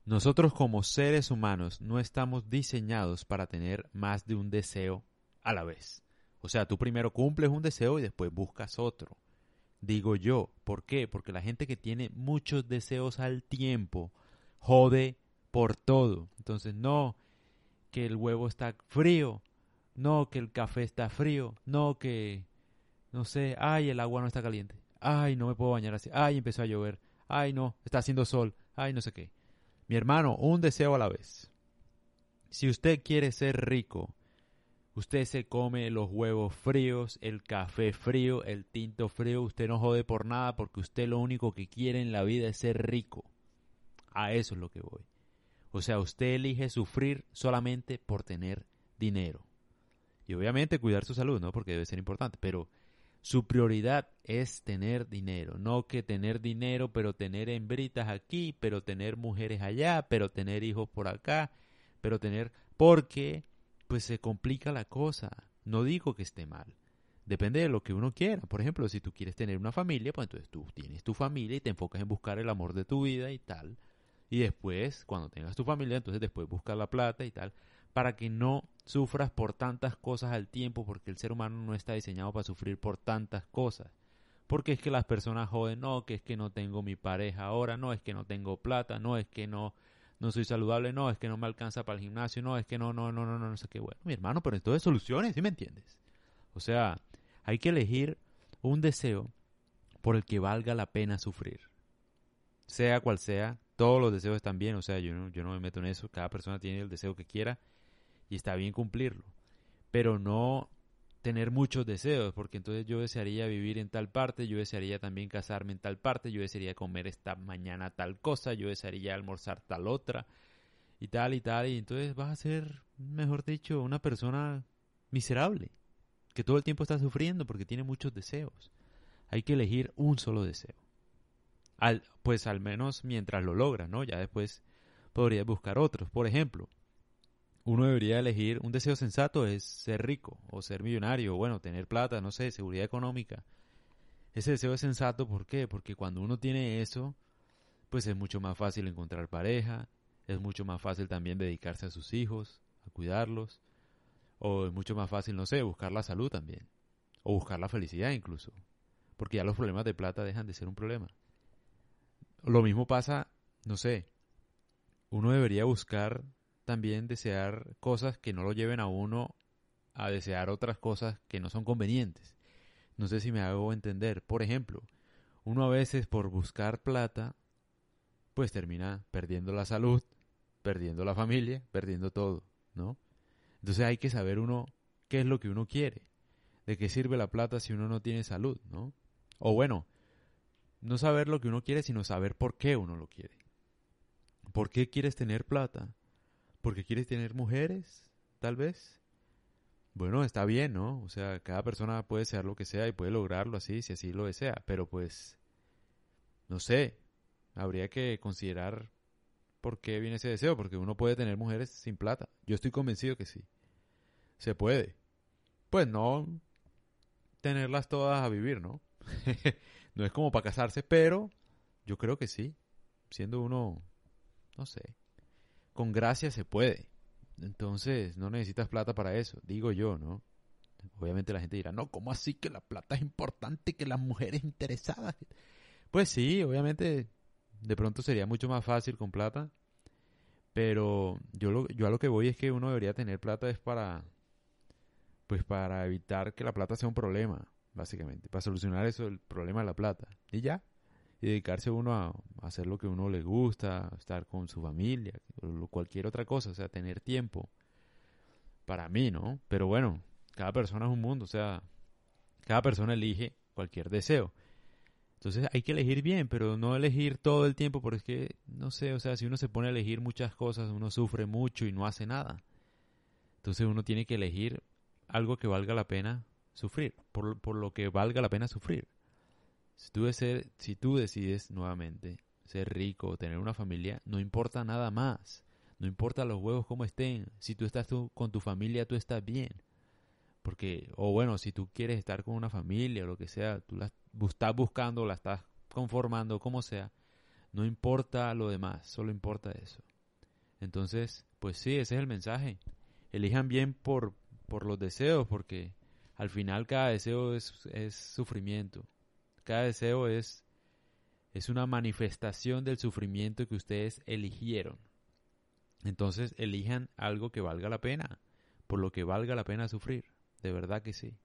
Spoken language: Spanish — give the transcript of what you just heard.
Nosotros como seres humanos no estamos diseñados para tener más de un deseo a la vez. O sea, tú primero cumples un deseo y después buscas otro. Digo yo, ¿por qué? Porque la gente que tiene muchos deseos al tiempo jode por todo. Entonces, no, que el huevo está frío, no, que el café está frío, no, que, no sé, ay, el agua no está caliente, ay, no me puedo bañar así, ay, empezó a llover, ay, no, está haciendo sol, ay, no sé qué. Mi hermano, un deseo a la vez. Si usted quiere ser rico, usted se come los huevos fríos, el café frío, el tinto frío, usted no jode por nada porque usted lo único que quiere en la vida es ser rico. A eso es lo que voy. O sea, usted elige sufrir solamente por tener dinero. Y obviamente cuidar su salud, ¿no? Porque debe ser importante, pero su prioridad es tener dinero, no que tener dinero, pero tener hembritas aquí, pero tener mujeres allá, pero tener hijos por acá, pero tener... Porque, pues se complica la cosa. No digo que esté mal. Depende de lo que uno quiera. Por ejemplo, si tú quieres tener una familia, pues entonces tú tienes tu familia y te enfocas en buscar el amor de tu vida y tal. Y después, cuando tengas tu familia, entonces después buscas la plata y tal, para que no sufras por tantas cosas al tiempo, porque el ser humano no está diseñado para sufrir por tantas cosas. Porque es que las personas joden, no, que es que no tengo mi pareja ahora, no, es que no tengo plata, no, es que no soy saludable, no, es que no me alcanza para el gimnasio, no, es que no sé qué. Bueno, mi hermano, pero entonces soluciones, ¿sí me entiendes? O sea, hay que elegir un deseo por el que valga la pena sufrir. Sea cual sea, todos los deseos están bien, o sea, yo no me meto en eso, cada persona tiene el deseo que quiera y está bien cumplirlo, pero no tener muchos deseos, porque entonces yo desearía vivir en tal parte, yo desearía también casarme en tal parte, yo desearía comer esta mañana tal cosa, yo desearía almorzar tal otra, y entonces vas a ser, mejor dicho, una persona miserable, que todo el tiempo está sufriendo porque tiene muchos deseos. Hay que elegir un solo deseo. Pues al menos mientras lo logras, ¿no? Ya después podrías buscar otros. Por ejemplo, uno debería elegir, un deseo sensato es ser rico o ser millonario, o bueno, tener plata, no sé, seguridad económica. Ese deseo es sensato, ¿por qué? Porque cuando uno tiene eso, pues es mucho más fácil encontrar pareja, es mucho más fácil también dedicarse a sus hijos, a cuidarlos, o es mucho más fácil, no sé, buscar la salud también, o buscar la felicidad incluso, porque ya los problemas de plata dejan de ser un problema. Lo mismo pasa, no sé, uno debería buscar también desear cosas que no lo lleven a uno a desear otras cosas que no son convenientes. No sé si me hago entender. Por ejemplo, uno a veces por buscar plata, pues termina perdiendo la salud, perdiendo la familia, perdiendo todo, ¿no? Entonces hay que saber uno qué es lo que uno quiere. ¿De qué sirve la plata si uno no tiene salud, ¿no? O bueno, no saber lo que uno quiere, sino saber por qué uno lo quiere. ¿Por qué quieres tener plata? ¿Porque quieres tener mujeres? Tal vez. Bueno, está bien, ¿no? O sea, cada persona puede desear lo que sea y puede lograrlo así, si así lo desea. Pero pues, no sé, habría que considerar por qué viene ese deseo, porque uno puede tener mujeres sin plata. Yo estoy convencido que sí. Se puede. Pues no tenerlas todas a vivir, ¿no? No es como para casarse, pero yo creo que sí. Siendo uno, no sé, con gracia se puede. Entonces, no necesitas plata para eso, digo yo, ¿no? Obviamente la gente dirá, no, ¿cómo así que la plata es importante que las mujeres interesadas? Pues sí, obviamente de pronto sería mucho más fácil con plata, pero yo a lo que voy es que uno debería tener plata es para, pues para evitar que la plata sea un problema, básicamente, para solucionar eso, el problema de la plata. Y ya, y dedicarse uno a hacer lo que uno le gusta, estar con su familia, o cualquier otra cosa, o sea, tener tiempo para mí, ¿no? Pero bueno, cada persona es un mundo, o sea, cada persona elige cualquier deseo. Entonces hay que elegir bien, pero no elegir todo el tiempo, porque es que, no sé, o sea, si uno se pone a elegir muchas cosas, uno sufre mucho y no hace nada. Entonces uno tiene que elegir algo que valga la pena sufrir, por lo que valga la pena sufrir. Si tú decides nuevamente ser rico o tener una familia, no importa nada más. No importa los huevos como estén. Si con tu familia, tú estás bien. Porque, o bueno, si tú quieres estar con una familia o lo que sea, tú la estás buscando, la estás conformando, como sea, no importa lo demás, solo importa eso. Entonces, pues sí, ese es el mensaje. Elijan bien por los deseos, porque al final cada deseo es sufrimiento. Cada deseo es una manifestación del sufrimiento que ustedes eligieron. Entonces elijan algo que valga la pena, por lo que valga la pena sufrir. De verdad que sí.